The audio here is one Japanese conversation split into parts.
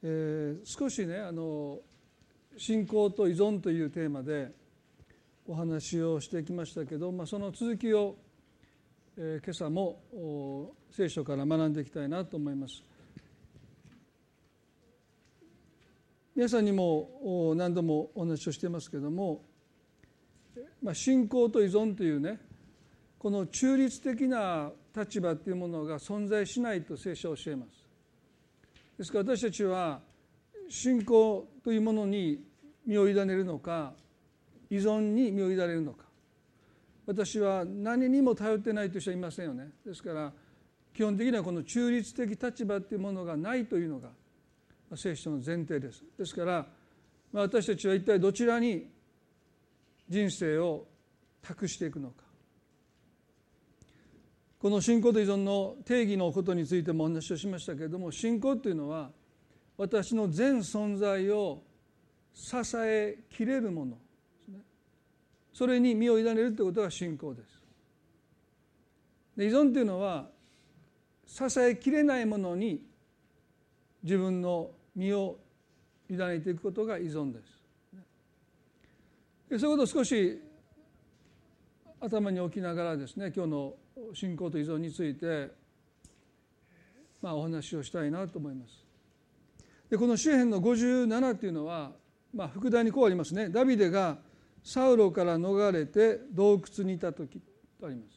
少しね信仰と依存というテーマでお話をしてきましたけど、その続きを、今朝も聖書から学んでいきたいなと思います。皆さんにも何度もお話をしていますけども、信仰と依存というね、この中立的な立場というものが存在しないと聖書は教えます。ですから私たちは信仰というものに身を委ねるのか、依存に身を委ねるのか。私は何にも頼ってないという人はいませんよね。ですから基本的にはこの中立的立場というものがないというのが聖書の前提です。ですから私たちは一体どちらに人生を託していくのか。この信仰と依存の定義のことについてもお話をしましたけれども、信仰というのは私の全存在を支えきれるものですね。それに身を委ねるということが信仰です。で、依存というのは支えきれないものに自分の身を委ねていくことが依存です。でそういうことを少し頭に置きながらですね、今日の信仰と依存について、お話をしたいなと思います。でこの詩編の57というのは、副題にこうありますね。ダビデがサウロから逃れて洞窟にいた時とあります。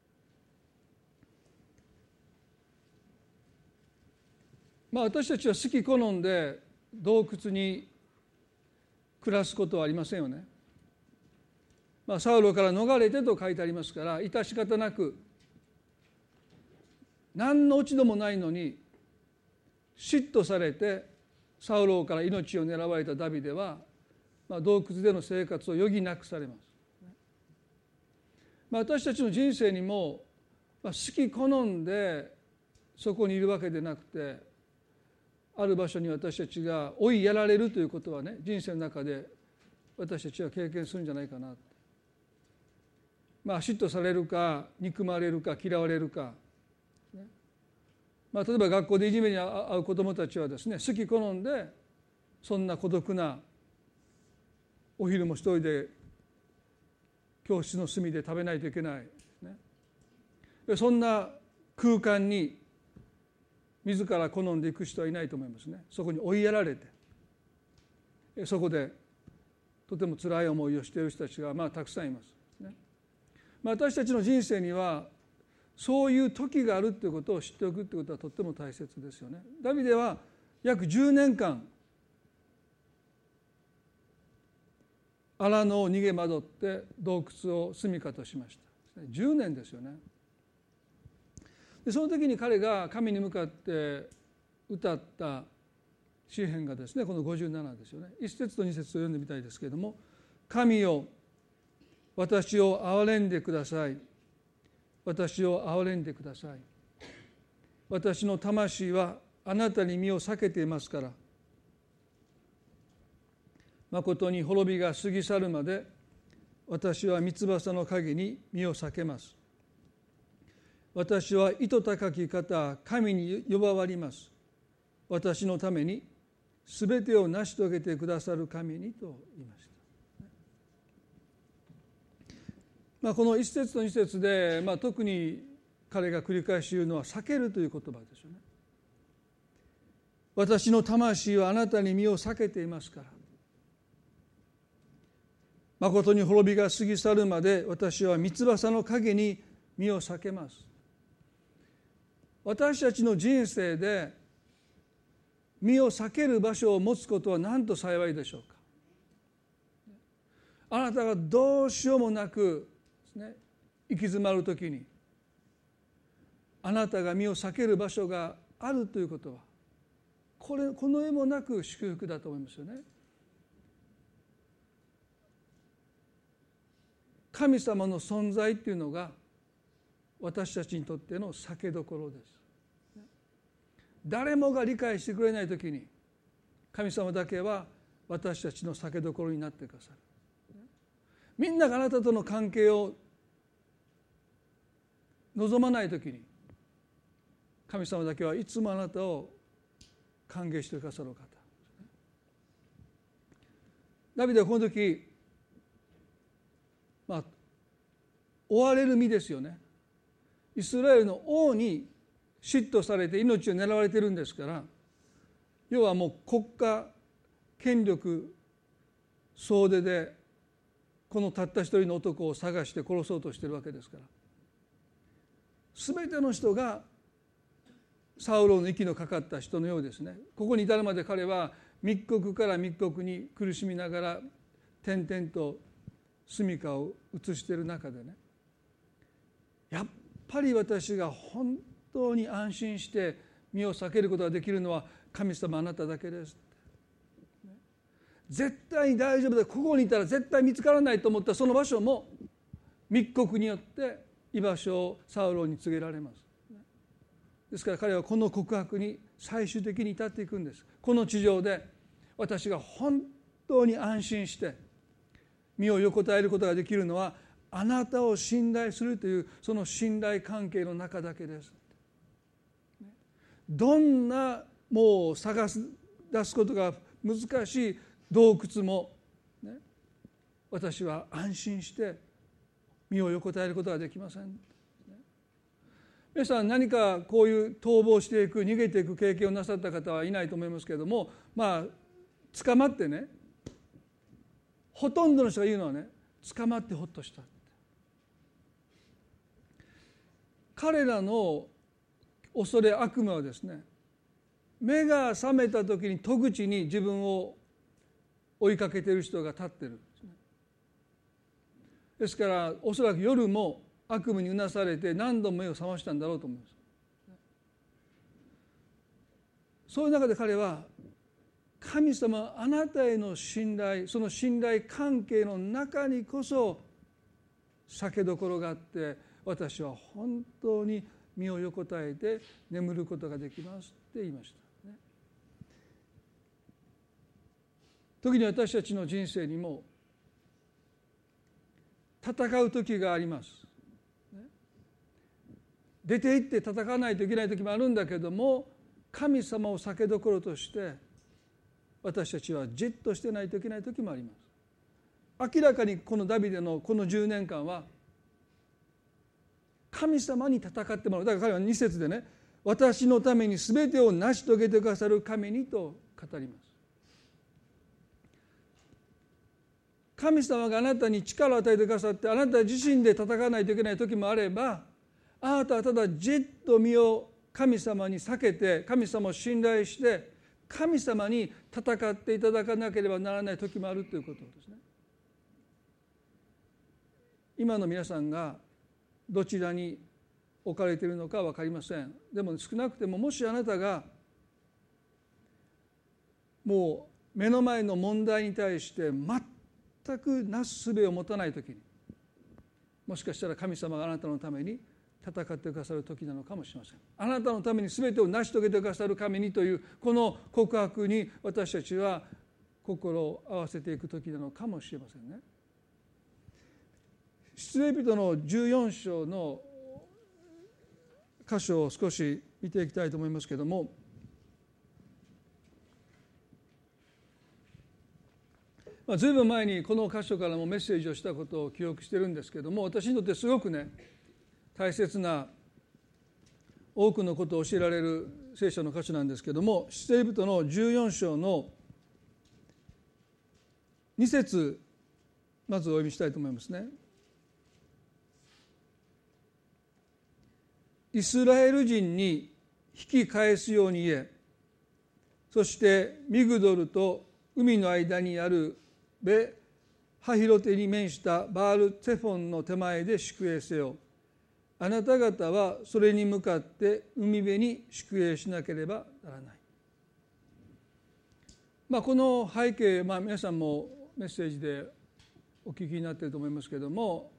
私たちは好き好んで洞窟に暮らすことはありませんよね。サウロから逃れてと書いてありますから、致し方なく何の落ち度もないのに嫉妬されてサウロから命を狙われたダビデは、洞窟での生活を余儀なくされます。私たちの人生にも好き好んでそこにいるわけでなくて、ある場所に私たちが追いやられるということはね、人生の中で私たちは経験するんじゃないかな。嫉妬されるか、憎まれるか、嫌われるか、例えば学校でいじめに遭う子どもたちはですね、好き好んでそんな孤独なお昼も一人で教室の隅で食べないといけないですね。そんな空間に自ら好んでいく人はいないと思いますね。そこに追いやられて、そこでとても辛い思いをしている人たちがたくさんいますね。私たちの人生にはそういう時があるということを知っておくということはとっても大切ですよね。ダビデは約10年間荒野を逃げ惑って洞窟を住処としました。10年ですよね。でその時に彼が神に向かって歌った詩編がですね、この57ですよね。1節と2節を読んでみたいですけれども、神よ私を憐れんでください。私を憐れんでください。私の魂はあなたに身を避けていますから、誠に滅びが過ぎ去るまで私は三翼の陰に身を避けます。私は糸高き方、神に呼ばわります。私のためにすべてを成し遂げてくださる神にと言いました。この一節と二節で、特に彼が繰り返し言うのは避けるという言葉ですよね。私の魂はあなたに身を避けていますから、誠に滅びが過ぎ去るまで私は三翼の陰に身を避けます。私たちの人生で身を避ける場所を持つことはなんと幸いでしょうか。あなたがどうしようもなくですね、行き詰まるときにあなたが身を避ける場所があるということは、この上もなく祝福だと思いますよね。神様の存在っていうのが私たちにとっての避けどころです。誰もが理解してくれないときに神様だけは私たちの避けどころになってくださる。みんながあなたとの関係を望まないときに神様だけはいつもあなたを歓迎してくださる方。ダビデはこの時、追われる身ですよね。イスラエルの王に嫉妬されて命を狙われているんですから、要はもう国家権力総出でこのたった一人の男を探して殺そうとしているわけですから、全ての人がサウロの息のかかった人のようですね。ここに至るまで彼は密国から密国に苦しみながら点々と住処を移している中でね、やっぱり私が本当に安心して身を避けることができるのは神様あなただけです。絶対に大丈夫だ、ここにいたら絶対見つからないと思ったその場所も密告によって居場所をサウロに告げられます。ですから彼はこの告白に最終的に至っていくんです。この地上で私が本当に安心して身を横たえることができるのはあなたを信頼するというその信頼関係の中だけです。どんなもう出すことが難しい洞窟も、ね、私は安心して身を横たえることができません。皆さん何かこういう逃亡していく逃げていく経験をなさった方はいないと思いますけれども、捕まってね、ほとんどの人が言うのはね、捕まってほっとした。彼らの恐れ悪魔はですね、目が覚めた時に戸口に自分を追いかけている人が立っているんですね。ですからおそらく夜も悪夢にうなされて何度も目を覚ましたんだろうと思います。そういう中で彼は神様あなたへの信頼、その信頼関係の中にこそ酒どころがあって、私は本当に身を横たえて眠ることができますって言いました。時に私たちの人生にも戦う時があります。出て行って戦わないといけない時もあるんだけども、神様を酒どころとして私たちはじっとしてないといけない時もあります。明らかにこのダビデのこの10年間は神様に戦ってもらう。だから彼は2節でね、私のために全てを成し遂げてくださる神にと語ります。神様があなたに力を与えてくださって、あなた自身で戦わないといけない時もあれば、あなたはただじっと身を神様に避けて、神様を信頼して神様に戦っていただかなければならない時もあるということですね。今の皆さんがどちらに置かれているのか分かりません。でも少なくても、もしあなたがもう目の前の問題に対して全くなすすべを持たない時に、もしかしたら神様があなたのために戦ってくださる時なのかもしれません。あなたのために全てを成し遂げてくださる神にというこの告白に私たちは心を合わせていく時なのかもしれませんね。出エジプトの14章の箇所を少し見ていきたいと思いますけれども、ずいぶん前にこの箇所からもメッセージをしたことを記憶しているんですけれども、私にとってすごくね、大切な多くのことを教えられる聖書の箇所なんですけれども、出エジプトの14章の2節、まずお読みしたいと思いますね。イスラエル人に引き返すように言え、そしてミグドルと海の間にあるベハヒロテに面したバールツェフォンの手前で宿営せよ。あなた方はそれに向かって海辺に宿営しなければならない。この背景、皆さんもメッセージでお聞きになっていると思いますけれども、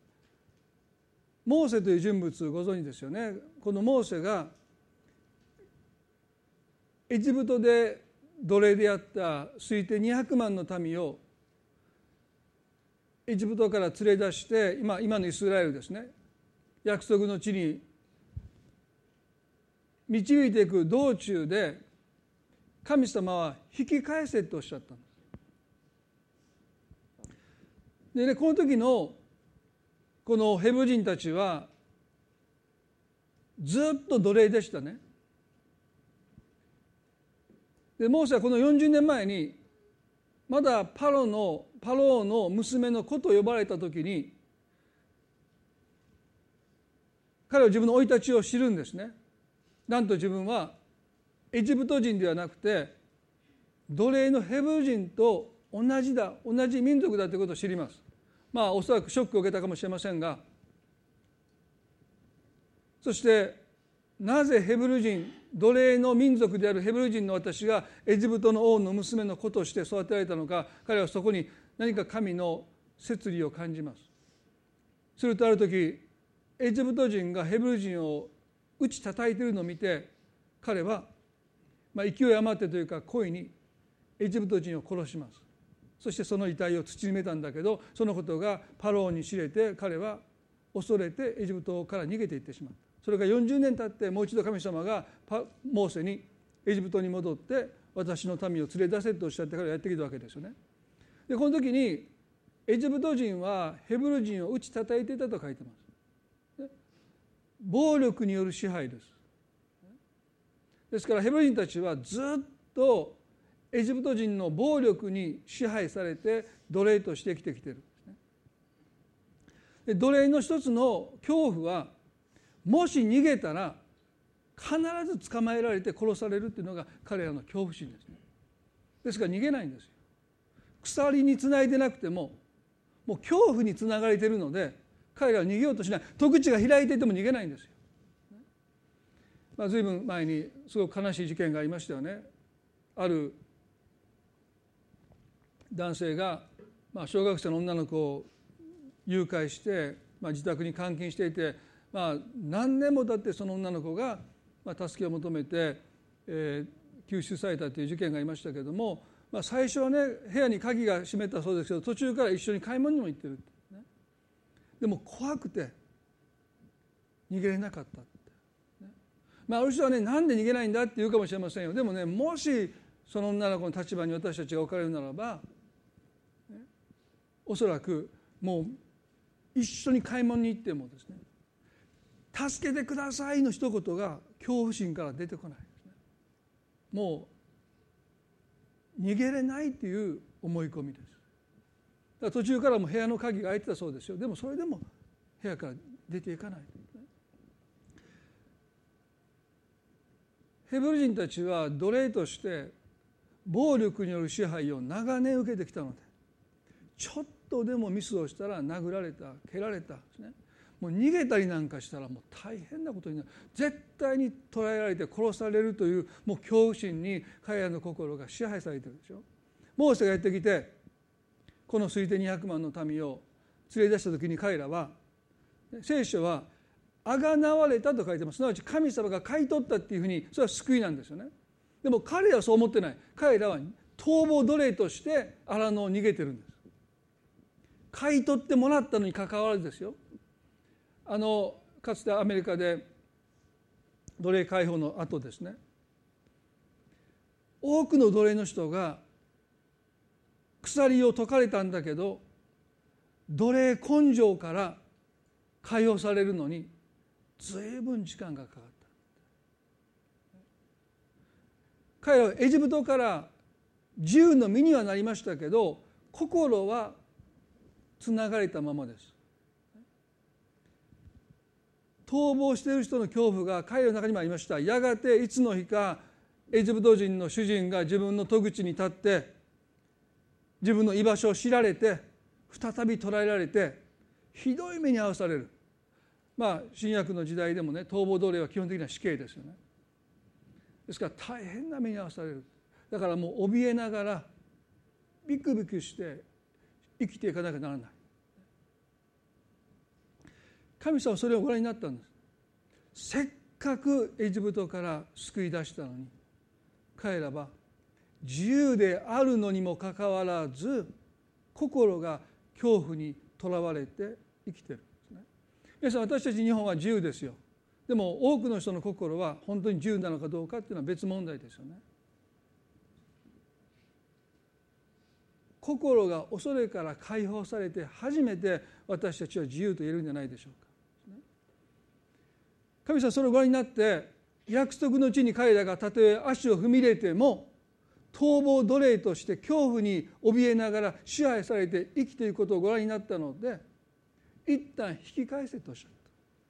モーセという人物ご存知ですよね。このモーセがエジプトで奴隷であった推定200万の民をエジプトから連れ出して、今のイスラエルですね、約束の地に導いていく道中で、 神様は引き返せとおっしゃったんです。でね、この時のこのヘブル人たちはずっと奴隷でしたね。でモーセはこの40年前にまだパローの娘の子と呼ばれた時に彼は自分の生い立ちを知るんですね。なんと自分はエジプト人ではなくて奴隷のヘブル人と同じ民族だということを知ります。おそらくショックを受けたかもしれませんが、そしてなぜヘブル人、奴隷の民族であるヘブル人の私がエジプトの王の娘の子として育てられたのか、彼はそこに何か神の摂理を感じます。するとある時エジプト人がヘブル人を打ち叩いているのを見て、彼は勢い余ってというか故意にエジプト人を殺します。そしてその遺体を土に埋めたんだけど、そのことがパローに知れて彼は恐れてエジプトから逃げていってしまった。それが40年経ってもう一度神様がモーセにエジプトに戻って私の民を連れ出せとおっしゃってからやってきたわけですよね。でこの時にエジプト人はヘブル人を打ち叩いていたと書いてます。暴力による支配です。ですからヘブル人たちはずっとエジプト人の暴力に支配されて奴隷として生きてきているんですね。で奴隷の一つの恐怖は、もし逃げたら必ず捕まえられて殺されるというのが彼らの恐怖心ですね。ですから逃げないんですよ。鎖につないでなくてもう恐怖につながれているので彼らは逃げようとしない。戸口が開いていても逃げないんですよ。随分前にすごく悲しい事件がありましたよね。ある男性が小学生の女の子を誘拐して自宅に監禁していて、何年も経ってその女の子が助けを求めて救出されたという事件がありましたけれども、最初はね部屋に鍵が閉めたそうですけど、途中から一緒に買い物にも行ってる、ね、でも怖くて逃げれなかったって、ね、ある人はね、なんで逃げないんだって言うかもしれませんよ。でもね、もしその女の子の立場に私たちが置かれるならば、ね、おそらくもう一緒に買い物に行ってもですね、助けてくださいの一言が恐怖心から出てこないですね。もう逃げれないという思い込みです。だから途中からも部屋の鍵が開いてたそうですよ。でもそれでも部屋から出ていかない。ヘブル人たちは奴隷として暴力による支配を長年受けてきたので、ちょっとでもミスをしたら殴られた、蹴られたですね。もう逃げたりなんかしたらもう大変なことになる。絶対に捕らえられて殺されるというもう恐怖心に彼らの心が支配されているでしょ。モーセがやってきてこの推定200万の民を連れ出した時に彼らは、聖書はあがなわれたと書いてます。すなわち神様が買い取ったっていうふうに、それは救いなんですよね。でも彼らはそう思ってない。彼らは逃亡奴隷として荒野を逃げてるんです。買い取ってもらったのにかかわらずですよ。かつてアメリカで奴隷解放の後ですね、多くの奴隷の人が鎖を解かれたんだけど、奴隷根性から解放されるのに随分時間がかかった。彼らはエジプトから自由の身にはなりましたけど、心はつながれたままです。逃亡している人の恐怖が彼らの中にもありました。やがていつの日かエジプト人の主人が自分の戸口に立って自分の居場所を知られて再び捕らえられてひどい目に遭わされる。新約の時代でもね、逃亡奴隷は基本的には死刑ですよね。ですから大変な目に遭わされる。だからもう怯えながらビクビクして生きていかなきゃならない。神様はそれをご覧になったんです。せっかくエジプトから救い出したのに、彼らは自由であるのにもかかわらず心が恐怖にとらわれて生きているんですね。皆さん、私たち日本は自由ですよ。でも多くの人の心は本当に自由なのかどうかっていうのは別問題ですよね。 心が恐れから解放されて初めて私たちは自由と言えるんじゃないでしょうか。神様はそれをご覧になって、約束の地に彼らがたとえ足を踏み入れても逃亡奴隷として恐怖に怯えながら支配されて生きていくことをご覧になったので、一旦引き返せとおっしゃった。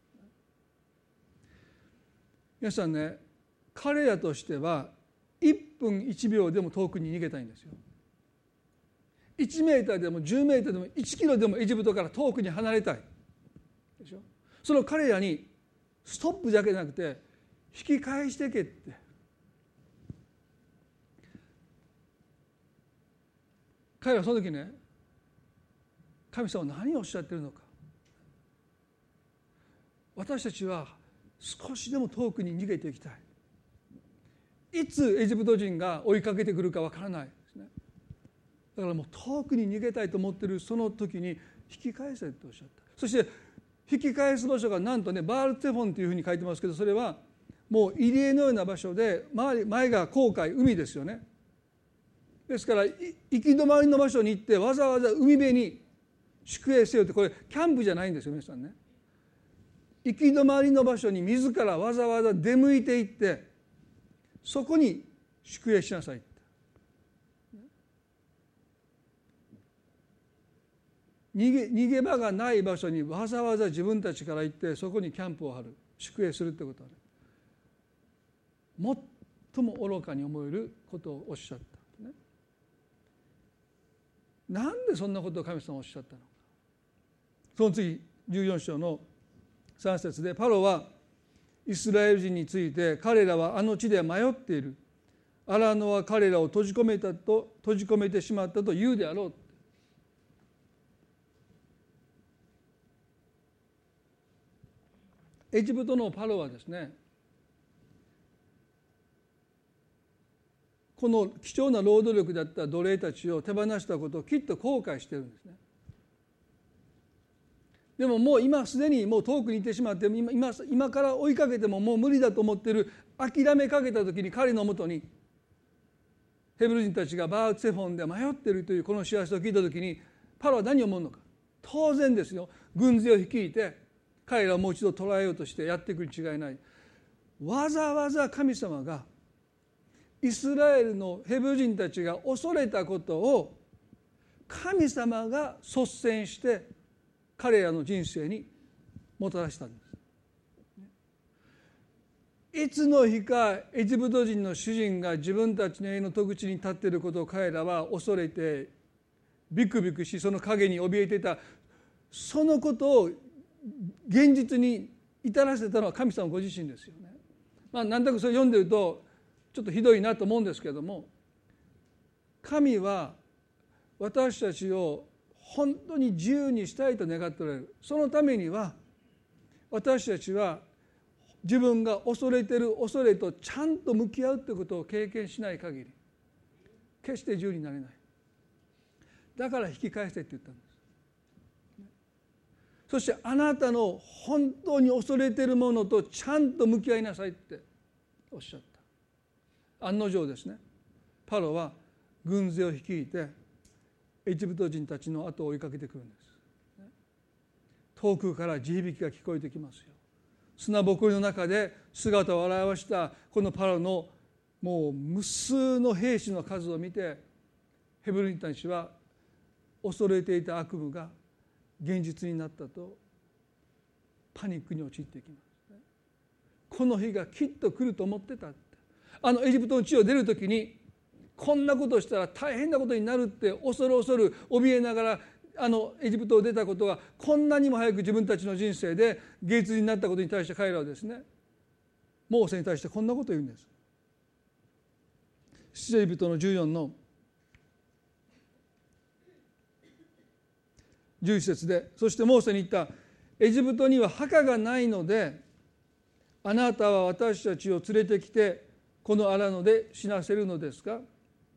皆さんね、彼らとしては1分1秒でも遠くに逃げたいんですよ。1メーターでも10メーターでも1キロでもエジプトから遠くに離れたいでしょ。その彼らにストップだけじゃなくて引き返してけって、彼らはその時ね、神様は何をおっしゃっているのか。私たちは少しでも遠くに逃げていきたい。いつエジプト人が追いかけてくるかわからないですね。だからもう遠くに逃げたいと思っているその時に引き返せとおっしゃった。そして引き返す場所がなんとね、バールツェフォンというふうに書いてますけど、それはもう入り江のような場所で、前が紅海、海ですよね。ですから行き止まりの場所に行ってわざわざ海辺に宿営せよって、これキャンプじゃないんですよ皆さんね。行き止まりの場所に自らわざわざ出向いていって、そこに宿営しなさいって。逃げ場がない場所にわざわざ自分たちから行ってそこにキャンプを張る、宿営するってことはね、最も愚かに思えることをおっしゃった、ね、なんでそんなことを神様はおっしゃったのか。その次14章の3節で、パロはイスラエル人について、彼らはあの地で迷っている、荒野は彼らを閉じ込めてしまったと言うであろう。エジプトのパロはですね、この貴重な労働力だった奴隷たちを手放したことをきっと後悔しているんですね。でももう今すでにもう遠くにいてしまって、今から追いかけてももう無理だと思っている、諦めかけた時に彼のもとにヘブル人たちがバーツェフォンで迷っているというこの知らせを聞いた時に、パロは何を思うのか。当然ですよ、軍勢を率いて彼らをもう一度捕らえようとしてやっていくに違いない。わざわざ神様がイスラエルのヘブル人たちが恐れたことを神様が率先して彼らの人生にもたらしたんです。いつの日かエジプト人の主人が自分たちの家の戸口に立っていることを彼らは恐れてビクビクし、その影に怯えていた。そのことを現実に至らせたのは神様ご自身ですよね。なんとなくそれ読んでるとちょっとひどいなと思うんですけれども、神は私たちを本当に自由にしたいと願っておられる。そのためには私たちは自分が恐れている恐れとちゃんと向き合うということを経験しない限り決して自由になれない。だから引き返せって言ったんです。そしてあなたの本当に恐れているものとちゃんと向き合いなさいっておっしゃった。案の定ですね、パロは軍勢を率いてエジプト人たちの後を追いかけてくるんです。遠くから地響きが聞こえてきますよ。砂ぼこりの中で姿を現したこのパロのもう無数の兵士の数を見て、ヘブル人たちは恐れていた悪夢が現実になったとパニックに陥っていきます。この日がきっと来ると思ってたって。エジプトの地を出るときにこんなことをしたら大変なことになるって恐る怯えながらエジプトを出たことがこんなにも早く自分たちの人生で現実になったことに対して彼らはですね、モーセに対してこんなことを言うんです。出エジプトの14の11節で、そしてモーセに言った。エジプトには墓がないのであなたは私たちを連れてきてこの荒野で死なせるのですか。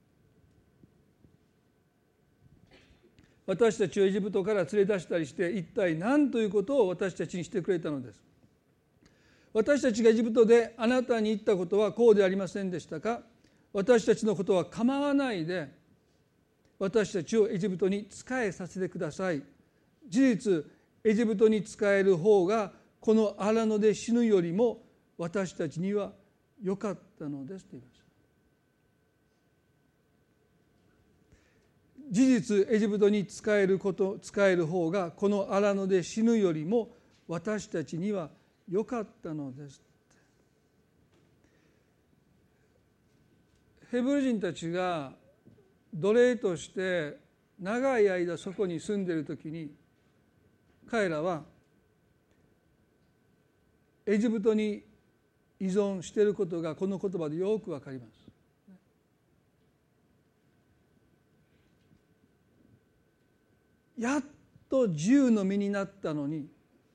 私たちをエジプトから連れ出したりして一体何ということを私たちにしてくれたのです。私たちがエジプトであなたに言ったことはこうでありませんでしたか。私たちのことは構わないで私たちをエジプトに仕えさせてください。事実エジプトに仕える方がこの荒野で死ぬよりも私たちには良かったのですと言いました。事実エジプトに仕える方がこの荒野で死ぬよりも私たちには良かったのです。ヘブル人たちが奴隷として長い間そこに住んでいるときに、彼らはエジプトに依存していることがこの言葉でよくわかります。やっと自由の身になったのに、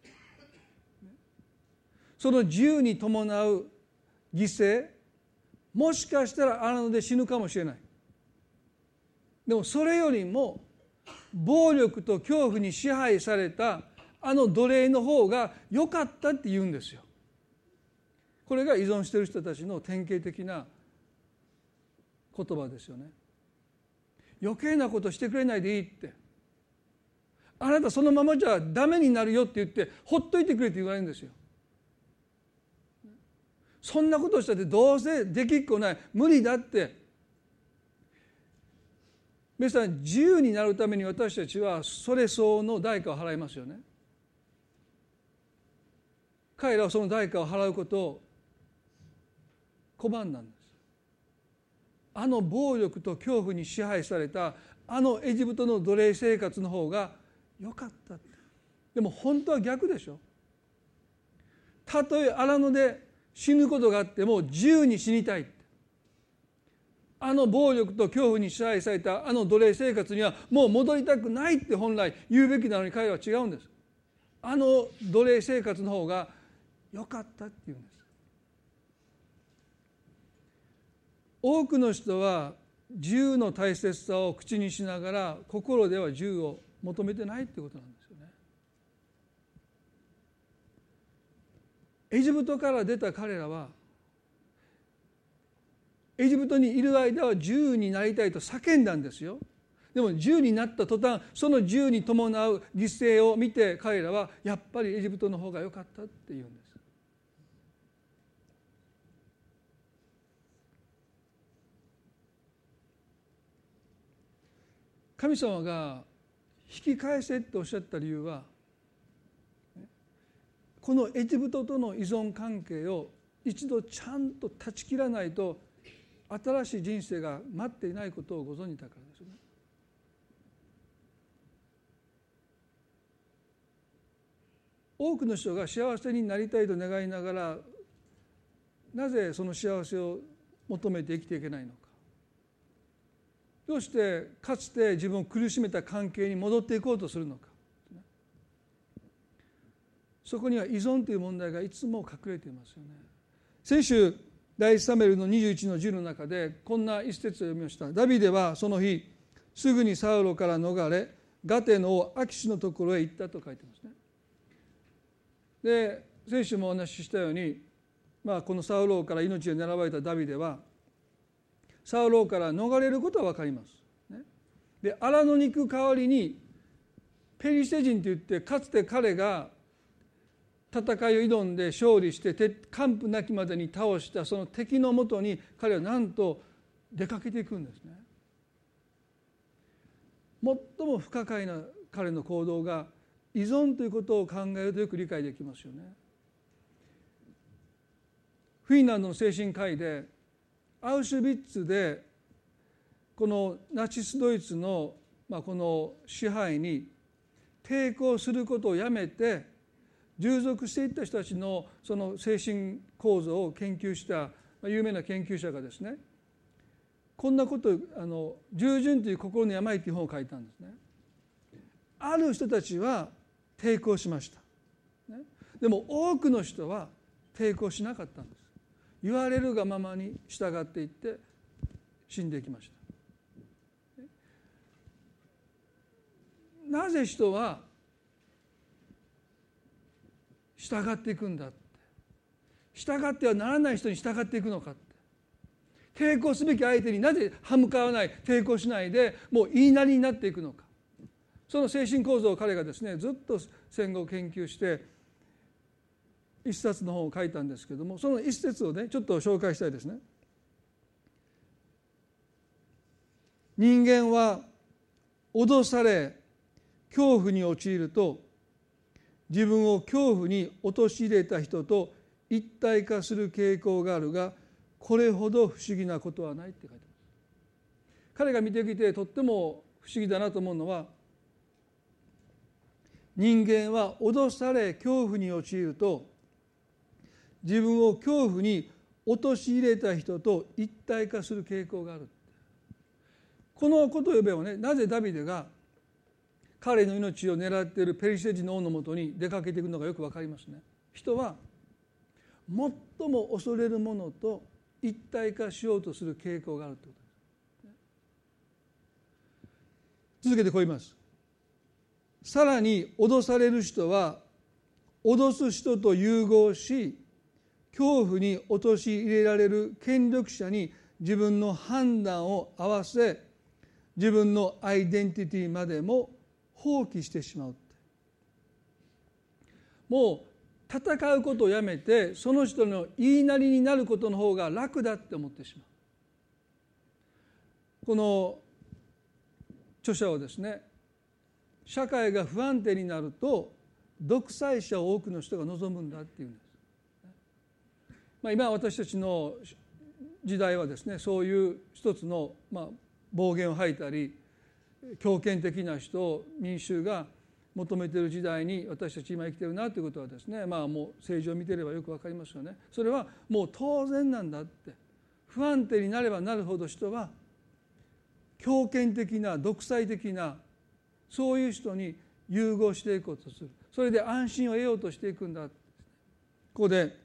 その自由に伴う犠牲、もしかしたら荒野で死ぬかもしれない。でもそれよりも暴力と恐怖に支配されたあの奴隷の方が良かったって言うんですよ。これが依存している人たちの典型的な言葉ですよね。余計なことしてくれないでいいって、あなたそのままじゃダメになるよって言ってほっといてくれって言われるんですよ。そんなことしたってどうせできっこない、無理だって。皆さん、自由になるために私たちはそれ相応の代価を払いますよね。彼らはその代価を払うことを拒んだんです。あの暴力と恐怖に支配されたあのエジプトの奴隷生活の方が良かった。でも本当は逆でしょ。たとえ荒野で死ぬことがあっても自由に死にたい。あの暴力と恐怖に支配されたあの奴隷生活にはもう戻りたくないって本来言うべきなのに、彼らは違うんです。あの奴隷生活の方が良かったって言うんです。多くの人は自由の大切さを口にしながら心では自由を求めてないってことなんですよね。エジプトから出た彼らはエジプトにいる間は自由になりたいと叫んだんですよ。でも自由になった途端、その自由に伴う犠牲を見て彼らはやっぱりエジプトの方が良かったって言うんです。神様が引き返せっておっしゃった理由は、このエジプトとの依存関係を一度ちゃんと断ち切らないと新しい人生が待っていないことをご存じだからですよね。多くの人が幸せになりたいと願いながら、なぜその幸せを求めて生きていけないのか。どうしてかつて自分を苦しめた関係に戻っていこうとするのか。そこには依存という問題がいつも隠れていますよね。先週第一サムエルの21の10の中でこんな一節を読みました。ダビデはその日すぐにサウロから逃れガテの王アキシュのところへ行ったと書いてますね。で、先週もお話ししたように、このサウロ王から命を狙われたダビデはサウロ王から逃れることは分かります。で、荒野に行く代わりにペリシテ人といって、かつて彼が戦いを挑んで勝利して完膚なきまでに倒したその敵のもとに彼はなんと出かけていくんですね。最も不可解な彼の行動が依存ということを考えるとよく理解できますよね。フィンランドの精神科医でアウシュビッツでこのナチスドイツのこの支配に抵抗することをやめて従属していった人たちのその精神構造を研究した有名な研究者がですね、こんなことを従順という心の病という本を書いたんですね。ある人たちは抵抗しました。でも多くの人は抵抗しなかったんです。言われるがままに従っていって死んでいきました。なぜ人は従っていくんだって、従ってはならない人に従っていくのかって、 抵抗すべき相手になぜ歯向かわない、抵抗しないでもう言いなりになっていくのか、その精神構造を彼がですねずっと戦後研究して一冊の本を書いたんですけども、その一節をねちょっと紹介したいですね。人間は脅され恐怖に陥ると自分を恐怖に陥れた人と一体化する傾向があるが、これほど不思議なことはないって書いてます。彼が見てきてとっても不思議だなと思うのは、人間は脅され恐怖に陥ると自分を恐怖に陥れた人と一体化する傾向がある。このことを言えばね、なぜダビデが彼の命を狙っているペリシテ人の王のもとに出かけていくのがよくわかりますね。人は最も恐れるものと一体化しようとする傾向があるということです。続けてこう言います。さらに脅される人は脅す人と融合し、恐怖に陥れられる権力者に自分の判断を合わせ、自分のアイデンティティまでも放棄してしまう。もう戦うことをやめてその人の言いなりになることの方が楽だって思ってしまう。この著者はですね、社会が不安定になると独裁者を多くの人が望むんだっていうんです。今私たちの時代はですね、そういう一つの暴言を吐いたり強権的な人を民衆が求めている時代に私たち今生きているなということはですね、もう政治を見ていればよく分かりますよね。それはもう当然なんだって。不安定になればなるほど人は強権的な独裁的なそういう人に融合していこうとする。それで安心を得ようとしていくんだ。ここで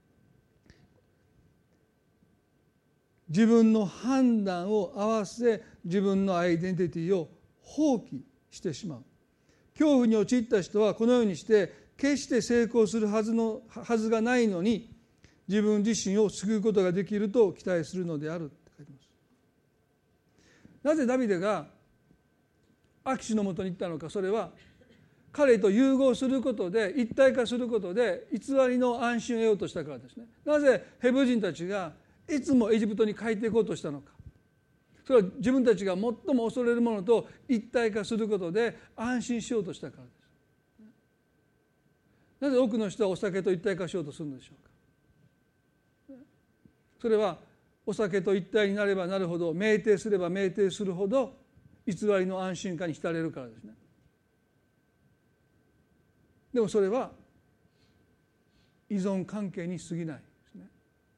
自分の判断を合わせ自分のアイデンティティを放棄してしまう。恐怖に陥った人はこのようにして決して成功するはずがないのに自分自身を救うことができると期待するのであるって書いてます。なぜダビデがアキシのもとに行ったのか、それは彼と融合することで一体化することで偽りの安心を得ようとしたからですね。なぜヘブル人たちがいつもエジプトに帰っていこうとしたのか、それは自分たちが最も恐れるものと一体化することで安心しようとしたからです。なぜ多くの人はお酒と一体化しようとするのでしょうか。それはお酒と一体になればなるほど、酩酊すれば酩酊するほど偽りの安心感に浸れるからですね。でもそれは依存関係に過ぎないですね。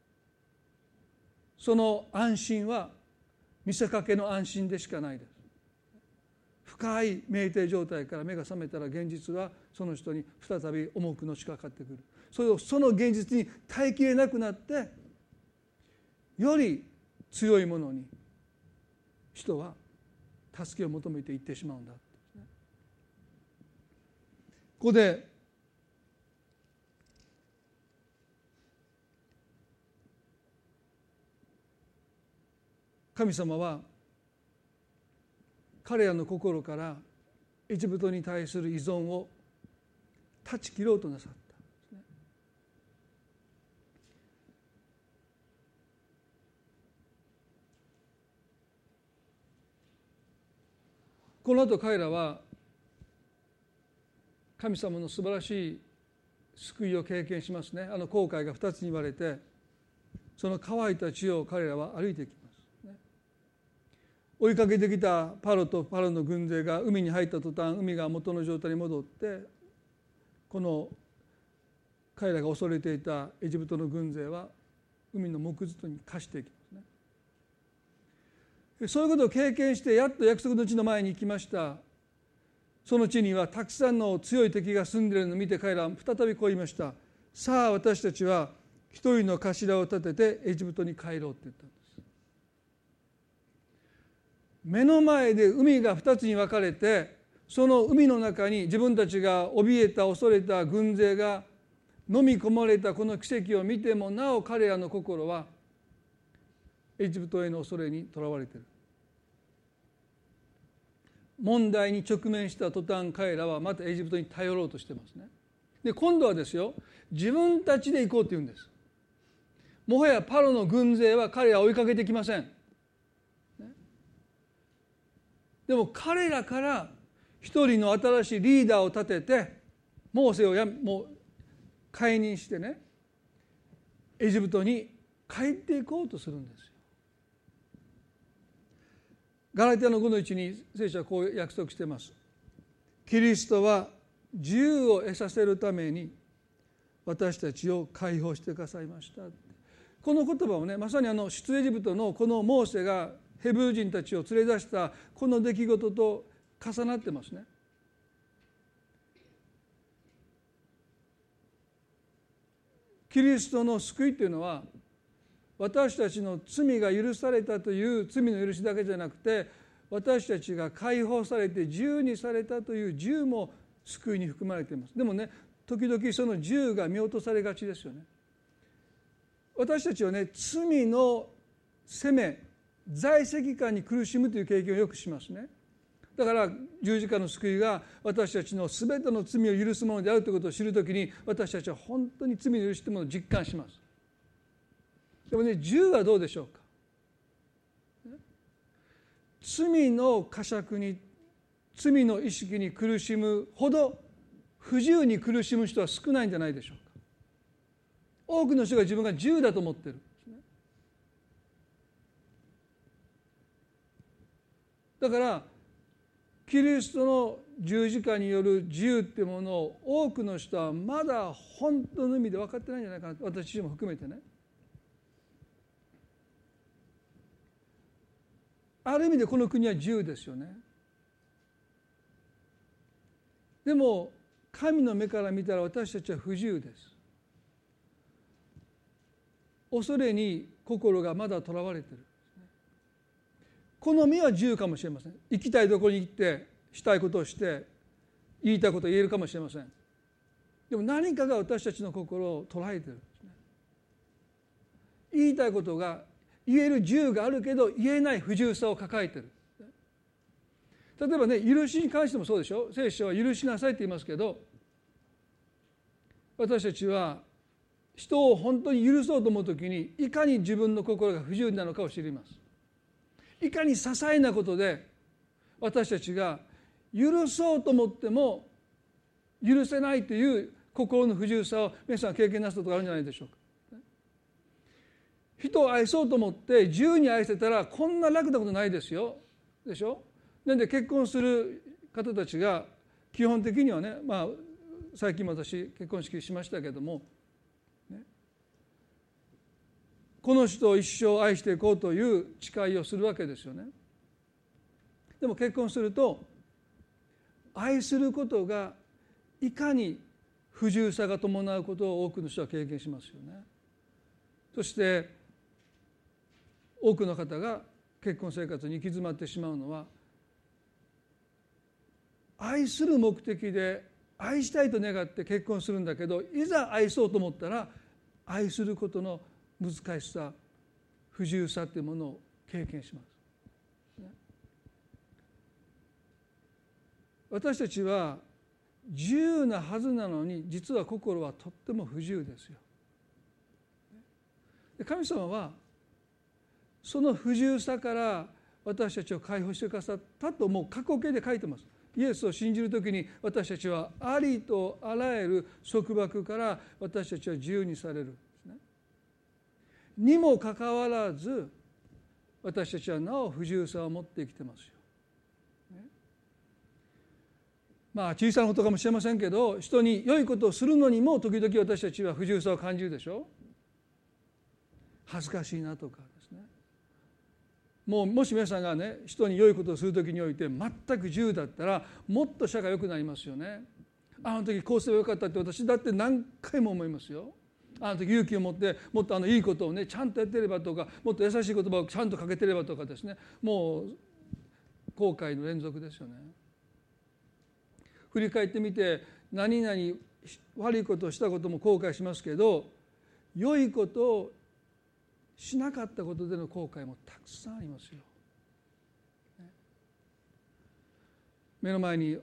その安心は見せかけの安心でしかないです。深い酩酊状態から目が覚めたら現実はその人に再び重くのしかかってくる。その現実に耐えきれなくなってより強いものに人は助けを求めていってしまうんだ。ここで神様は彼らの心からエジプトに対する依存を断ち切ろうとなさった。この後彼らは神様の素晴らしい救いを経験しますね。紅海が2つに割れて、その乾いた地を彼らは歩いていきます。追いかけてきたパロとパロの軍勢が海に入った途端、海が元の状態に戻って、この彼らが恐れていたエジプトの軍勢は海の藻くずに化していきますね。そういうことを経験してやっと約束の地の前に行きました。その地にはたくさんの強い敵が住んでいるのを見て、彼らは再びこう言いました。さあ私たちは一人の頭を立ててエジプトに帰ろうって言ったんです。目の前で海が2つに分かれて、その海の中に自分たちが怯えた恐れた軍勢が飲み込まれたこの奇跡を見てもなお彼らの心はエジプトへの恐れにとらわれている。問題に直面した途端、彼らはまたエジプトに頼ろうとしてますね。で今度はですよ、自分たちで行こうと言うんです。もはやパロの軍勢は彼らを追いかけてきません。でも彼らから一人の新しいリーダーを立てて、モーセをもう解任してね、エジプトに帰っていこうとするんですよ。ガラティアの5-1に聖書はこう約束しています。キリストは自由を得させるために私たちを解放してくださいました。この言葉をね、まさに出エジプトのこのモーセがヘブル人たちを連れ出したこの出来事と重なってますね。キリストの救いというのは、私たちの罪が許されたという罪の許しだけじゃなくて、私たちが解放されて自由にされたという自由も救いに含まれています。でもね、時々その自由が見落とされがちですよね。私たちはね、罪の責め、在籍感に苦しむという経験をよくしますね。だから十字架の救いが私たちのすべての罪を許すものであるということを知るときに、私たちは本当に罪の許しというものを実感します。でもね、自由はどうでしょうか。罪の呵責に、罪の意識に苦しむほど不自由に苦しむ人は少ないんじゃないでしょうか。多くの人が自分が自由だと思っている。だからキリストの十字架による自由っていうものを多くの人はまだ本当の意味で分かってないんじゃないかなと、私自身も含めてね。ある意味でこの国は自由ですよね。でも神の目から見たら私たちは不自由です。恐れに心がまだとらわれている。この身は自由かもしれません。行きたいところに行ってしたいことをして言いたいことを言えるかもしれません。でも何かが私たちの心を捉えているんですね。言いたいことが言える自由があるけど言えない不自由さを抱えている。例えばね、許しに関してもそうでしょ。聖書は許しなさいって言いますけど、私たちは人を本当に許そうと思うときにいかに自分の心が不自由なのかを知ります。いかに些細なことで私たちが許そうと思っても許せないという心の不自由さを皆さん経験なさったことがあるんじゃないでしょうか。人を愛そうと思って自由に愛せたらこんな楽なことないですよ。でしょ。なんで結婚する方たちが基本的にはね、最近も私結婚式しましたけども、この人を一生愛していこうという誓いをするわけですよね。でも結婚すると愛することがいかに不自由さが伴うことを多くの人は経験しますよね。そして多くの方が結婚生活に行き詰まってしまうのは、愛する目的で愛したいと願って結婚するんだけど、いざ愛そうと思ったら愛することの難しさ、不自由さというものを経験します。私たちは自由なはずなのに、実は心はとっても不自由ですよ。神様はその不自由さから私たちを解放してくださったと、もう過去形で書いてます。イエスを信じるときに私たちはありとあらゆる束縛から私たちは自由にされる。にもかかわらず私たちはなお不自由さを持って生きてますよ。小さなことかもしれませんけど、人に良いことをするのにも時々私たちは不自由さを感じるでしょ。恥ずかしいなとかですね。もし皆さんがね、人に良いことをするときにおいて全く自由だったら、もっと社会良くなりますよね。あの時こうすればよかったって私だって何回も思いますよ。あの時勇気を持ってもっといいことをねちゃんとやってればとか、もっと優しい言葉をちゃんとかけてればとかですね、もう後悔の連続ですよね。振り返ってみて、何々悪いことをしたことも後悔しますけど、良いことをしなかったことでの後悔もたくさんありますよ。目の前に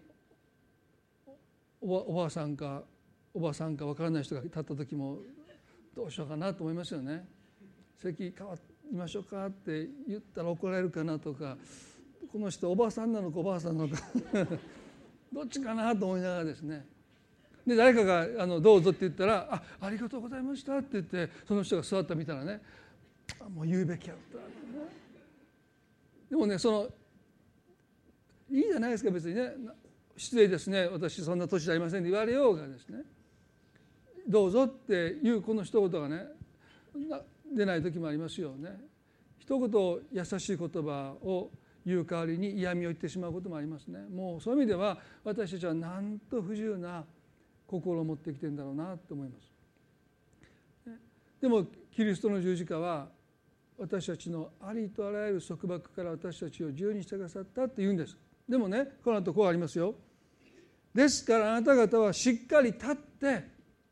おばあさんかおばさんか分からない人が立った時もどうしようかなと思いますよね。席変わりましょうかって言ったら怒られるかなとか、この人おばさんなのかおばあさんなのかどっちかなと思いながらですね、で誰かがどうぞって言ったら ありがとうございましたって言って、その人が座ったみたらね、もう言うべきやった。でもね、いいじゃないですか、別にね、失礼ですね、私そんな年じゃありませんって言われようがですね、どうぞっていうこの一言がね出ない時もありますよね。一言優しい言葉を言う代わりに嫌味を言ってしまうこともありますね。もうそういう意味では私たちはなんと不自由な心を持ってきてるんだろうなと思います。でもキリストの十字架は私たちのありとあらゆる束縛から私たちを自由にしてくださったって言うんです。でもね、この後こうありますよ。ですからあなた方はしっかり立って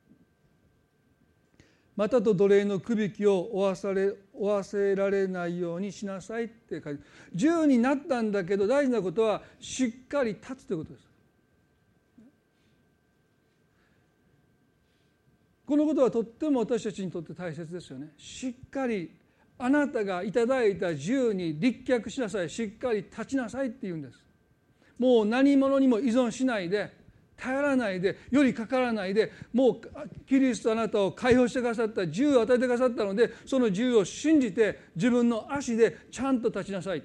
またと奴隷のくびきを負わせられないようにしなさいって書いて、自由になったんだけど大事なことはしっかり立つということです。このことはとっても私たちにとって大切ですよね。しっかりあなたがいただいた自由に立脚しなさい、しっかり立ちなさいって言うんです。もう何者にも依存しないで、頼らないで、よりかからないで、もうキリストあなたを解放してくださった、自由を与えてくださったので、その自由を信じて自分の足でちゃんと立ちなさい。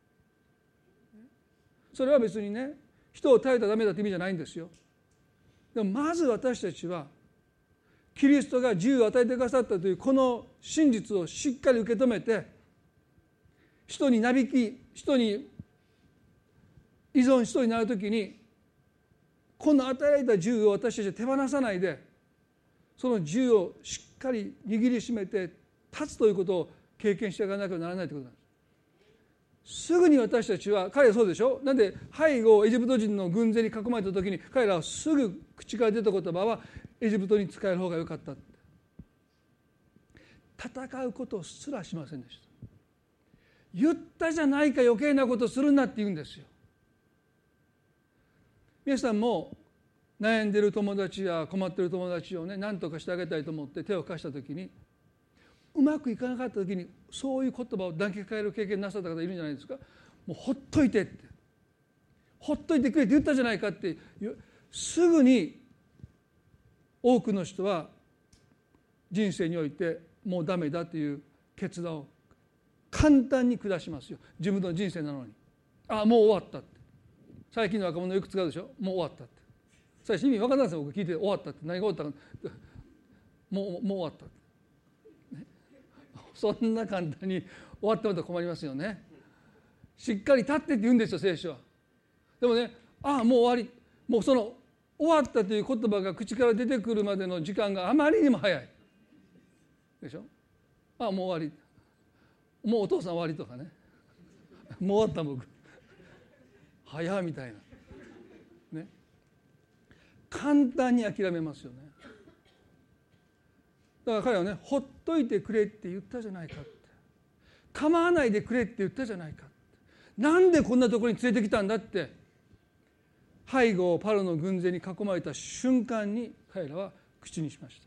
それは別にね、人を頼ったらダメだって意味じゃないんですよ。でもまず私たちはキリストが自由を与えてくださったというこの真実をしっかり受け止めて、人になびき、人に依存しそうになるときに、この与えられた自由を私たちは手放さないで、その自由をしっかり握りしめて立つということを経験していかなきゃならないということなんです。すぐに私たちは、彼はそうでしょ。なんで背後エジプト人の軍勢に囲まれたときに彼らはすぐ口から出た言葉はエジプトに仕える方が良かったって。戦うことすらしませんでした。言ったじゃないか、余計なことするなって言うんですよ。皆さんも悩んでる友達や困ってる友達をね、何とかしてあげたいと思って手を貸したときに、うまくいかなかったときにそういう言葉を抱きかかえる経験なさった方いるんじゃないですか。もうほっといてって、ほっといてくれって言ったじゃないかって、すぐに多くの人は人生においてもうダメだという決断を簡単に下しますよ。自分の人生なのに、もう終わったって。最近の若者よく使うでしょ。もう終わったって。最初意味分からないんですよ。僕聞いて終わったって何が終わったか、もう終わったって、ね、そんな簡単に終わってもらったら困りますよね。しっかり立ってって言うんですよ、聖書は。でもね、もう終わり、もうその終わったという言葉が口から出てくるまでの時間があまりにも早いでしょ。もう終わり、もうお父さん終わりとかね、もう終わった僕早いみたいなね、簡単に諦めますよね。だから彼はね、ほっといてくれって言ったじゃないかって、構わないでくれって言ったじゃないかって、なんでこんなところに連れてきたんだって、背後パロの軍勢に囲まれた瞬間に彼らは口にしました。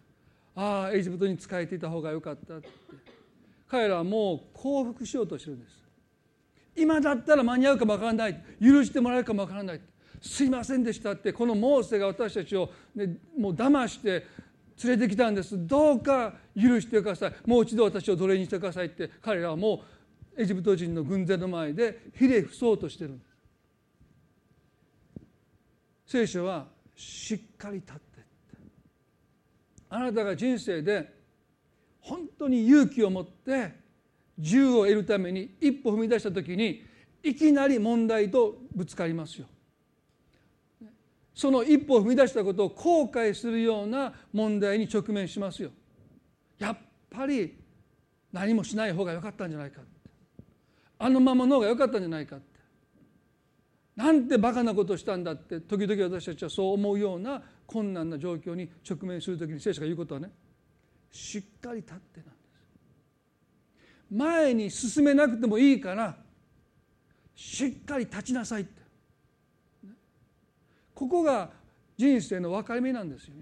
エジプトに仕えていた方が良かったって。彼らはもう降伏しようとしてるんです。今だったら間に合うかもわからない、許してもらえるかもわからない、すいませんでしたって、このモーセが私たちを、ね、もう騙して連れてきたんです、どうか許してください、もう一度私を奴隷にしてくださいって、彼らはもうエジプト人の軍勢の前でひれ伏そうとしてるんです。聖書はしっかり立って、あなたが人生で本当に勇気を持って自由を得るために一歩踏み出したときに、いきなり問題とぶつかりますよ。その一歩を踏み出したことを後悔するような問題に直面しますよ。やっぱり何もしない方が良かったんじゃないかって、あのままの方が良かったんじゃないかって、なんてバカなことをしたんだって、時々私たちはそう思うような困難な状況に直面するときに、聖書が言うことはね、しっかり立ってなんです。 前に進めなくてもいいからしっかり立ちなさいって、ここが人生の分かれ目なんですよ。皆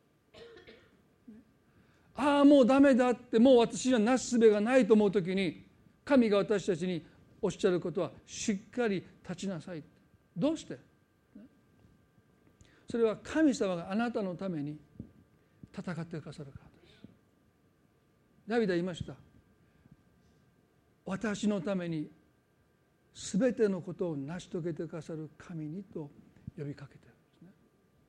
さん、ああもうダメだって、もう私にはなすすべがないと思うときに、神が私たちにおっしゃることは、しっかり立ちなさい。どうして？それは神様があなたのために戦ってくださるからです。ダビデは言いました。私のためにすべてのことを成し遂げてくださる神にと呼びかけているんですね。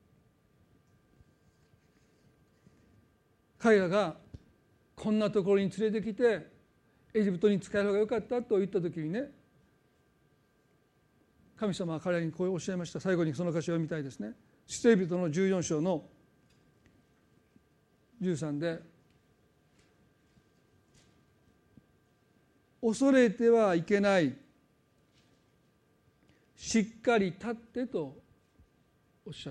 彼らがこんなところに連れてきてエジプトに使える方がよかったと言ったときにね、神様は彼らにこうおっしゃいました。最後にその箇所を読みたいですね。出エジプトの14章の13で、恐れてはいけない、しっかり立ってとおっしゃった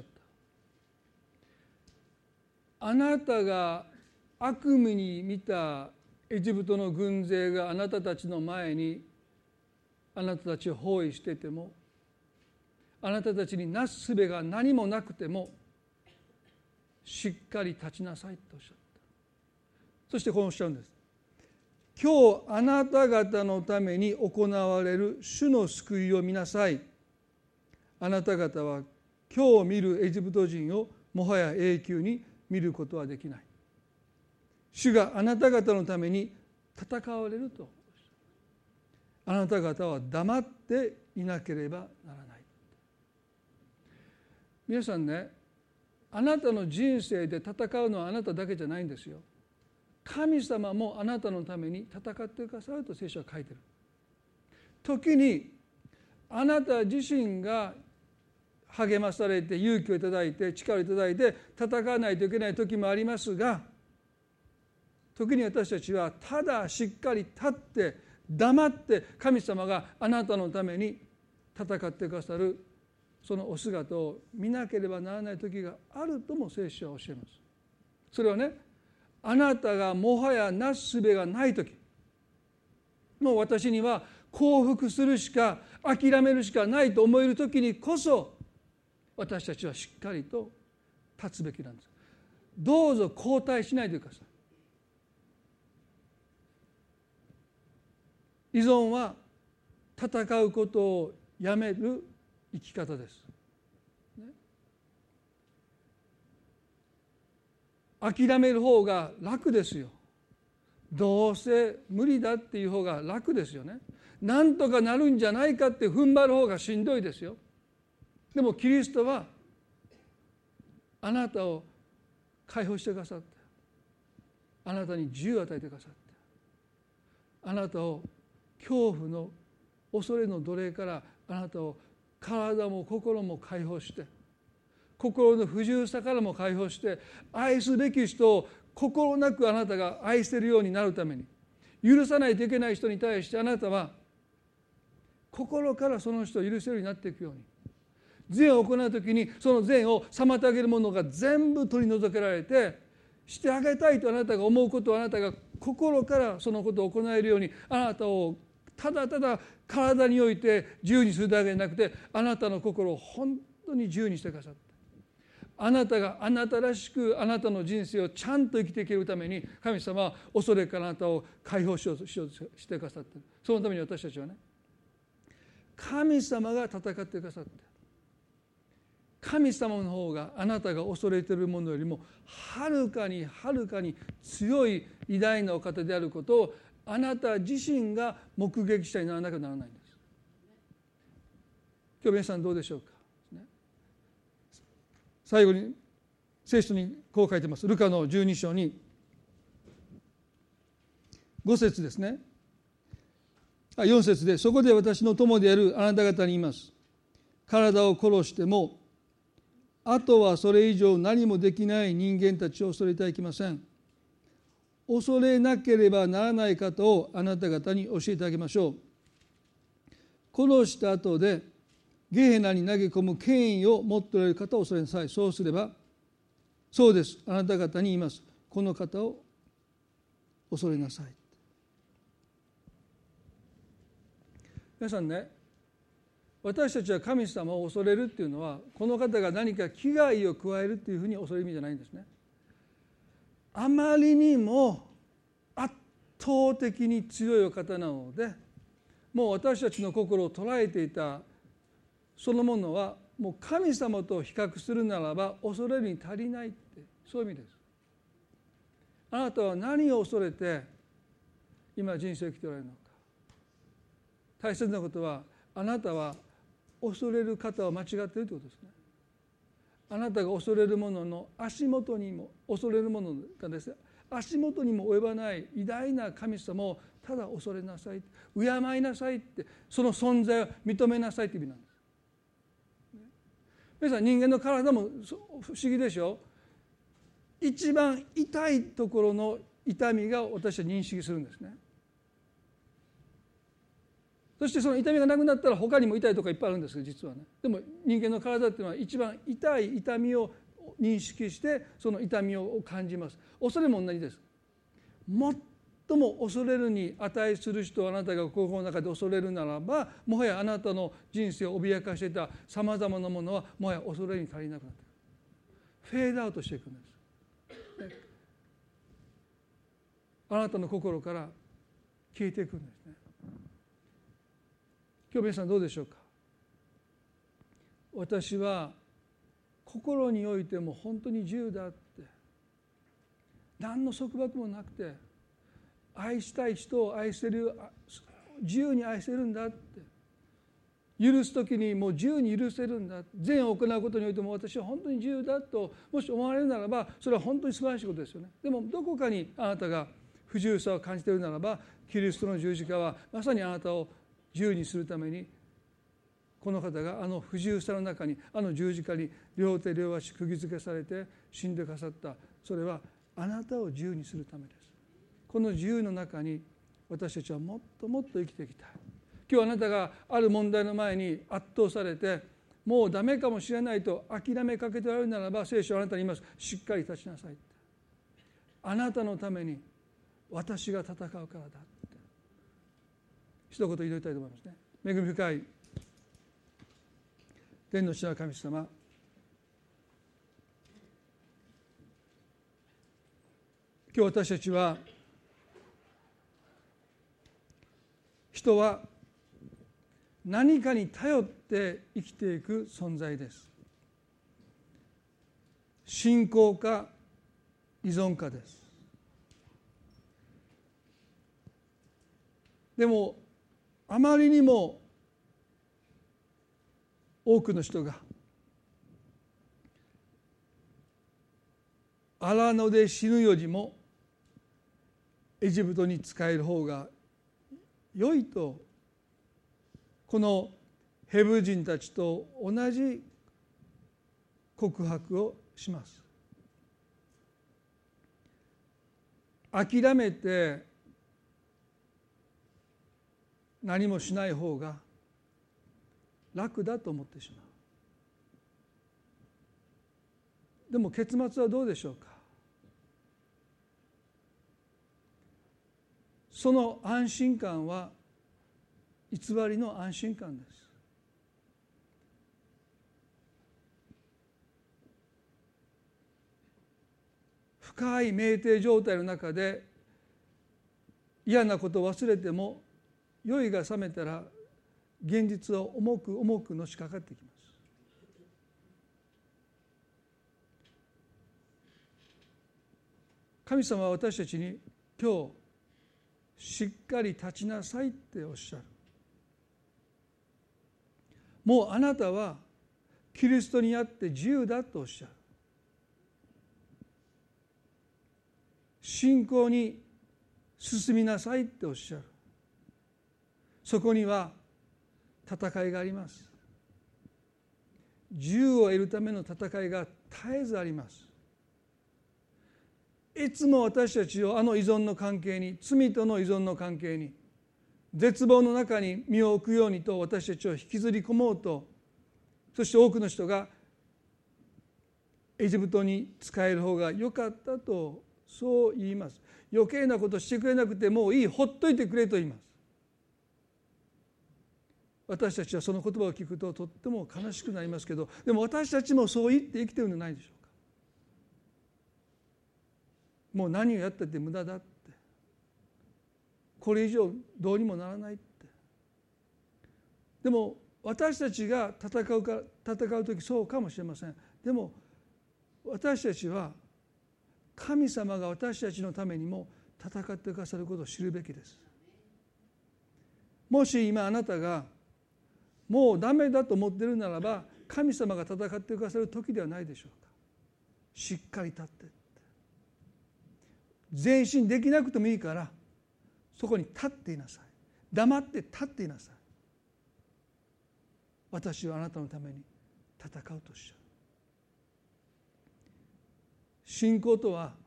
。あなたが悪夢に見たエジプトの軍勢があなたたちの前にあなたたちを包囲してても、あなたたちになすすべが何もなくてもしっかり立ちなさいとおっしゃった。そしてこうおっしゃるんです。今日あなた方のために行われる主の救いを見なさい。あなた方は今日見るエジプト人をもはや永久に見ることはできない。主があなた方のために戦われると。あなた方は黙っていなければならない。皆さんね、あなたの人生で戦うのはあなただけじゃないんですよ。神様もあなたのために戦ってくださると聖書は書いてる。時にあなた自身が励まされて勇気をいただいて力をいただいて戦わないといけない時もありますが、時に私たちはただしっかり立って黙って神様があなたのために戦ってくださるそのお姿を見なければならない時があるとも聖書は教えます。それはね、あなたがもはやなすすべがない時、もう私には降伏するしか諦めるしかないと思える時にこそ私たちはしっかりと立つべきなんです。どうぞ後退しないでください。依存は戦うことをやめる生き方です、ね、諦める方が楽ですよ。どうせ無理だっていう方が楽ですよね。なんとかなるんじゃないかって踏ん張る方がしんどいですよ。でもキリストはあなたを解放してくださって、あなたに自由を与えてくださって、あなたを恐怖の恐れの奴隷からあなたを体も心も解放して、心の不自由さからも解放して、愛すべき人を心なくあなたが愛せるようになるために、許さないといけない人に対してあなたは心からその人を許せるようになっていくように、善を行うときにその善を妨げるものが全部取り除けられて、してあげたいとあなたが思うことをあなたが心からそのことを行えるように、あなたをただただ体において自由にするだけでなくて、あなたの心を本当に自由にしてくださって、あなたがあなたらしくあなたの人生をちゃんと生きていけるために、神様は恐れからあなたを解放しようとしてくださっている。そのために私たちはね、神様が戦ってくださって、神様の方があなたが恐れているものよりもはるかにはるかに強い偉大なお方であることをあなた自身が目撃者にならなきゃならないんです。今日皆さんどうでしょうか。最後に聖書にこう書いてます。ルカの12章に5節ですね。4節で、そこで私の友であるあなた方に言います。体を殺してもあとはそれ以上何もできない人間たちを恐れてはいけません。恐れなければならない方をあなた方に教えてあげましょう。殺した後でゲヘナに投げ込む権威を持っておられる方を恐れなさい。そうすれば、そうです、あなた方に言います。この方を恐れなさい。 皆さんね、私たちは神様を恐れるっていうのは、この方が何か危害を加えるっていうふうに恐れる意味じゃないんですね。あまりにも圧倒的に強いお方なので、もう私たちの心を捉えていたそのものはもう神様と比較するならば恐れるに足りないって、そういう意味です。あなたは何を恐れて今人生を生きておられるのか。大切なことは、あなたは恐れる方は間違っているということですね。あなたが恐れるものの足元にも、恐れるものがですね、足元にも及ばない偉大な神様をただ恐れなさい、敬いなさいって、その存在を認めなさいという意味なんです。皆さん、人間の体も不思議でしょ。一番痛いところの痛みが私は認識するんですね。そしてその痛みがなくなったら他にも痛いところいっぱいあるんですけど、実はね。でも人間の体っていうのは一番痛い痛みを認識してその痛みを感じます。恐れも同じです。最も恐れるに値する人をあなたが心の中で恐れるならば、もはやあなたの人生を脅かしていたさまざまなものはもはや恐れに足りなくなってくる。フェードアウトしていくんです。あなたの心から消えていくんですね。今日皆さんどうでしょうか。私は心においても本当に自由だって、何の束縛もなくて、愛したい人を愛せる、自由に愛せるんだって、許す時にもう自由に許せるんだ、善を行うことにおいても私は本当に自由だともし思われるならば、それは本当に素晴らしいことですよね。でもどこかにあなたが不自由さを感じているならば、キリストの十字架はまさにあなたを自由にするために、この方があの不自由さの中に、あの十字架に両手両足釘付けされて死んでくださった。それはあなたを自由にするためです。この自由の中に私たちはもっともっと生きていきたい。今日あなたがある問題の前に圧倒されて、もうダメかもしれないと諦めかけておられるならば、聖書はあなたに言います。しっかり立ちなさい。あなたのために私が戦うからだって、一言祈りたいと思いますね。恵み深い天の地の神様、今日私たちは、人は何かに頼って生きていく存在です。信仰か依存かです。でもあまりにも多くの人が荒野で死ぬよりもエジプトに仕える方が良いと、このヘブル人たちと同じ告白をします。諦めて何もしない方が楽だと思ってしまう。でも結末はどうでしょうか。その安心感は偽りの安心感です。深い酩酊状態の中で嫌なことを忘れても、酔いが覚めたら現実は重く重くのしかかってきます。神様は私たちに今日しっかり立ちなさいっておっしゃる。もうあなたはキリストにあって自由だとおっしゃる。信仰に進みなさいっておっしゃる。そこには戦いがあります。自由を得るための戦いが絶えずあります。いつも私たちをあの依存の関係に、罪との依存の関係に、絶望の中に身を置くようにと私たちを引きずり込もうと、そして多くの人がエジプトに仕える方が良かったとそう言います。余計なことしてくれなくてもういい、ほっといてくれと言います。 私たちはその言葉を聞くととっても悲しくなりますけど、でも私たちもそう言って生きてるんじゃないでしょうか。もう何をやったって無駄だって、これ以上どうにもならないって。でも私たちが戦う時そうかもしれません。でも私たちは神様が私たちのためにも戦ってくださることを知るべきです。もし今あなたがもうダメだと思っているならば、神様が戦ってくださる時ではないでしょうか。しっかり立って、前進できなくてもいいからそこに立っていなさい。黙って立っていなさい。私はあなたのために戦うとおっしゃる。信仰とは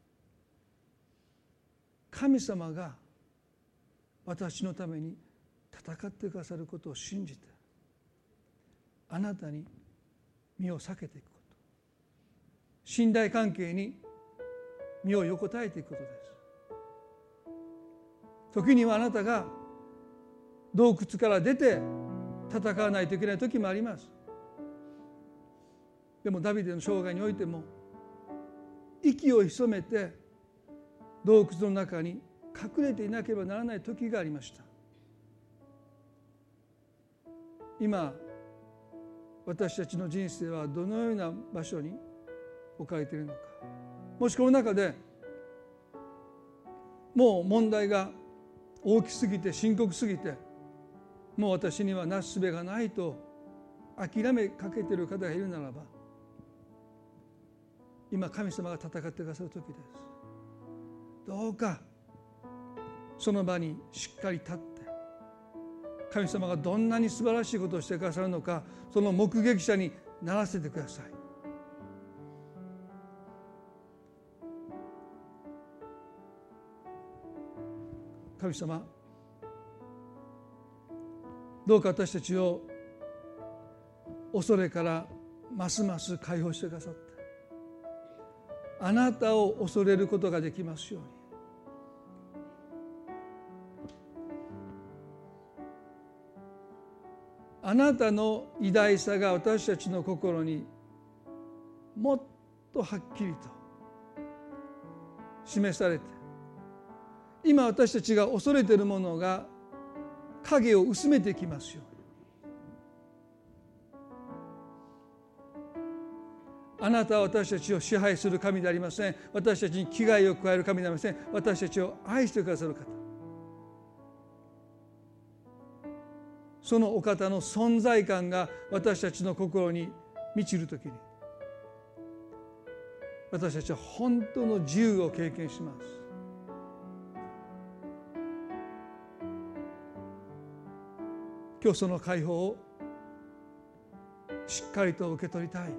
神様が私のために戦ってくださることを信じて、あなたに身を避けていくこと、信頼関係に身を横たえていくことです。時にはあなたが洞窟から出て戦わないといけない時もあります。でもダビデの生涯においても息を潜めて洞窟の中に隠れていなければならない時がありました。今私たちの人生はどのような場所に置かれているのか。もしこの中でもう問題が大きすぎて深刻すぎて、もう私にはなすすべがないと諦めかけている方がいるならば、今神様が戦ってくださる時です。どうかその場にしっかり立って、神様がどんなに素晴らしいことをしてくださるのか、その目撃者にならせてください。神様、どうか私たちを恐れからますます解放してくださって、あなたを恐れることができますように。あなたの偉大さが私たちの心にもっとはっきりと示されて、今私たちが恐れているものが影を薄めてきますように。あなたは私たちを支配する神でありません。私たちに危害を加える神でありません。私たちを愛してくださる方、そのお方の存在感が私たちの心に満ちるときに、私たちは本当の自由を経験します。今日その解放をしっかりと受け取りたい。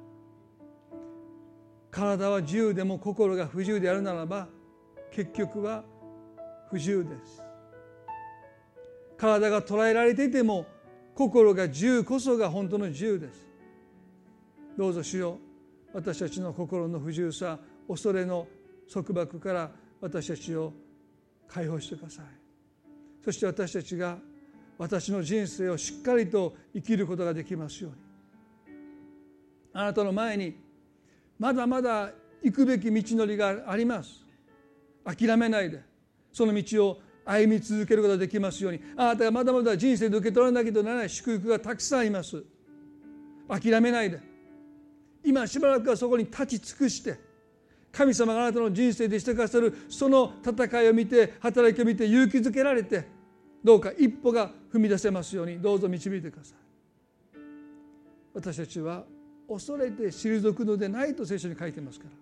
体は自由でも心が不自由であるならば、結局は不自由です。体が捉えられていても心が自由こそが本当の自由です。どうぞ主よ、私たちの心の不自由さ、恐れの束縛から私たちを解放してください。そして私たちが私の人生をしっかりと生きることができますように。あなたの前にまだまだ行くべき道のりがあります。諦めないでその道を歩み続けることができますように。あなたがまだまだ人生で受け取らなきゃならない祝福がたくさんあります。諦めないで、今しばらくはそこに立ち尽くして、神様があなたの人生でしてくださるその戦いを見て、働きを見て勇気づけられて、どうか一歩が踏み出せますようにどうぞ導いてください。私たちは恐れて退くのでないと聖書に書いてますから、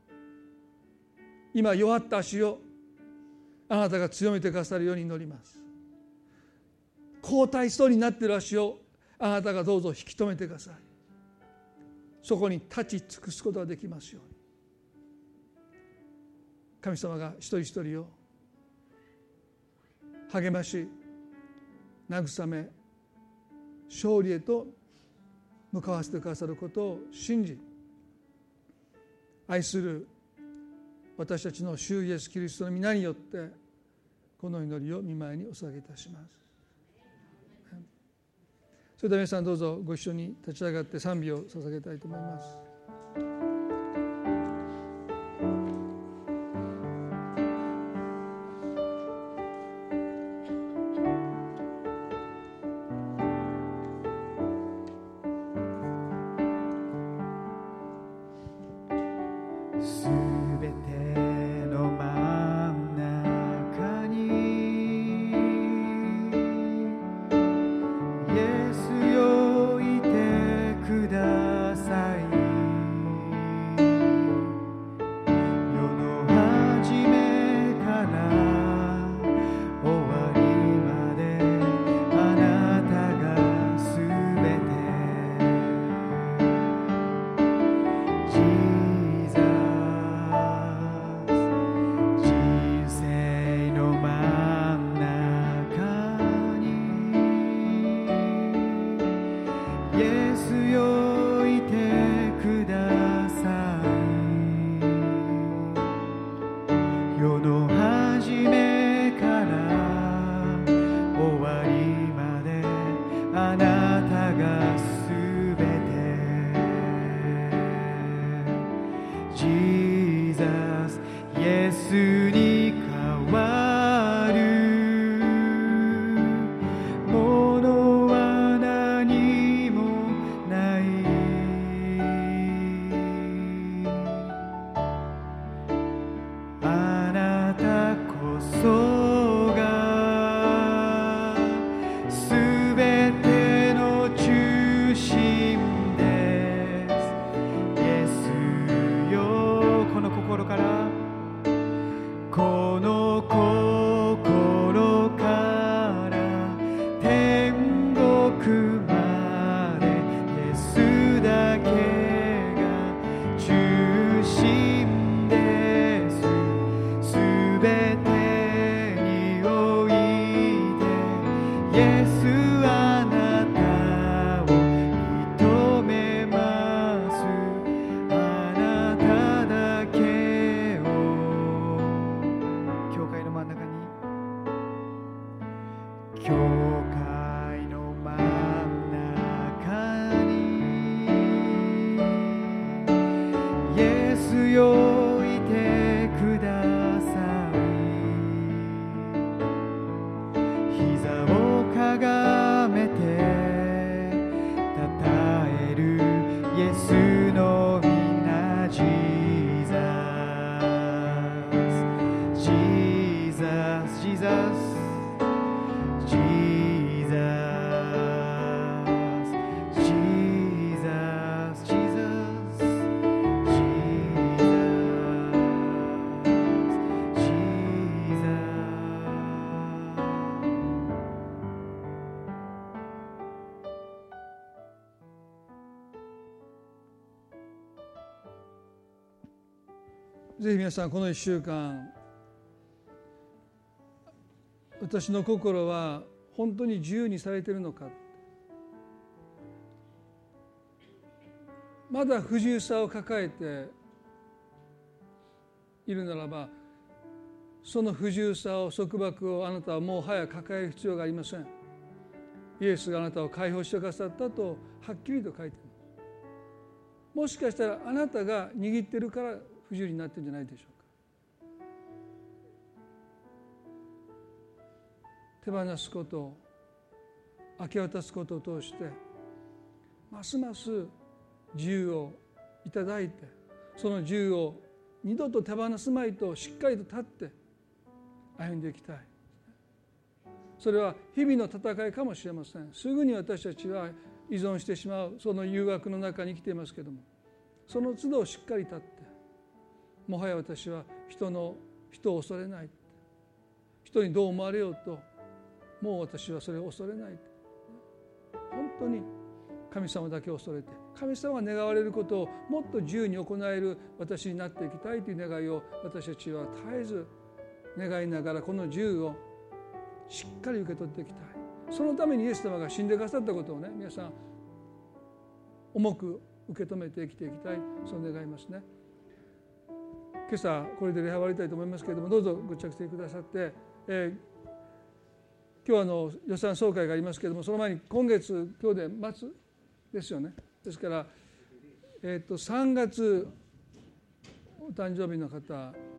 今弱った足をあなたが強めてくださるように祈ります。後退しそうになっている足をあなたがどうぞ引き止めてください。そこに立ち尽くすことができますように。神様が一人一人を励まし慰め、勝利へと向かわせてくださることを信じ、愛する私たちの主イエスキリストの皆によってこの祈りを御前にお捧げいたします。 それでは皆さんどうぞご一緒に立ち上がって賛美を捧げたいと思います。ぜひ皆さんこの1週間、私の心は本当に自由にされているのか、まだ不自由さを抱えているならば、その不自由さを束縛をあなたはもう早く抱える必要がありません。イエスがあなたを解放してくださったとはっきりと書いています。もしかしたらあなたが握っているから不自由になっているんじゃないでしょうか。手放すこと、明け渡すことを通してますます自由をいただいて、その自由を二度と手放すまいとしっかりと立って歩んでいきたい。それは日々の戦いかもしれません。すぐに私たちは依存してしまうその誘惑の中に生きていますけれども、その都度しっかり立って、もはや私は人を恐れない、人にどう思われようともう私はそれを恐れない、本当に神様だけを恐れて、神様が願われることをもっと自由に行える私になっていきたいという願いを私たちは絶えず願いながら、この自由をしっかり受け取っていきたい。そのためにイエス様が死んでくださったことをね、皆さん重く受け止めて生きていきたい、そう願いますね。今朝これで礼拝終わりたいと思いますけれども、どうぞご着席くださって、 今日予算総会がありますけれども、その前に今月今日で末ですよね。ですから、3月お誕生日の方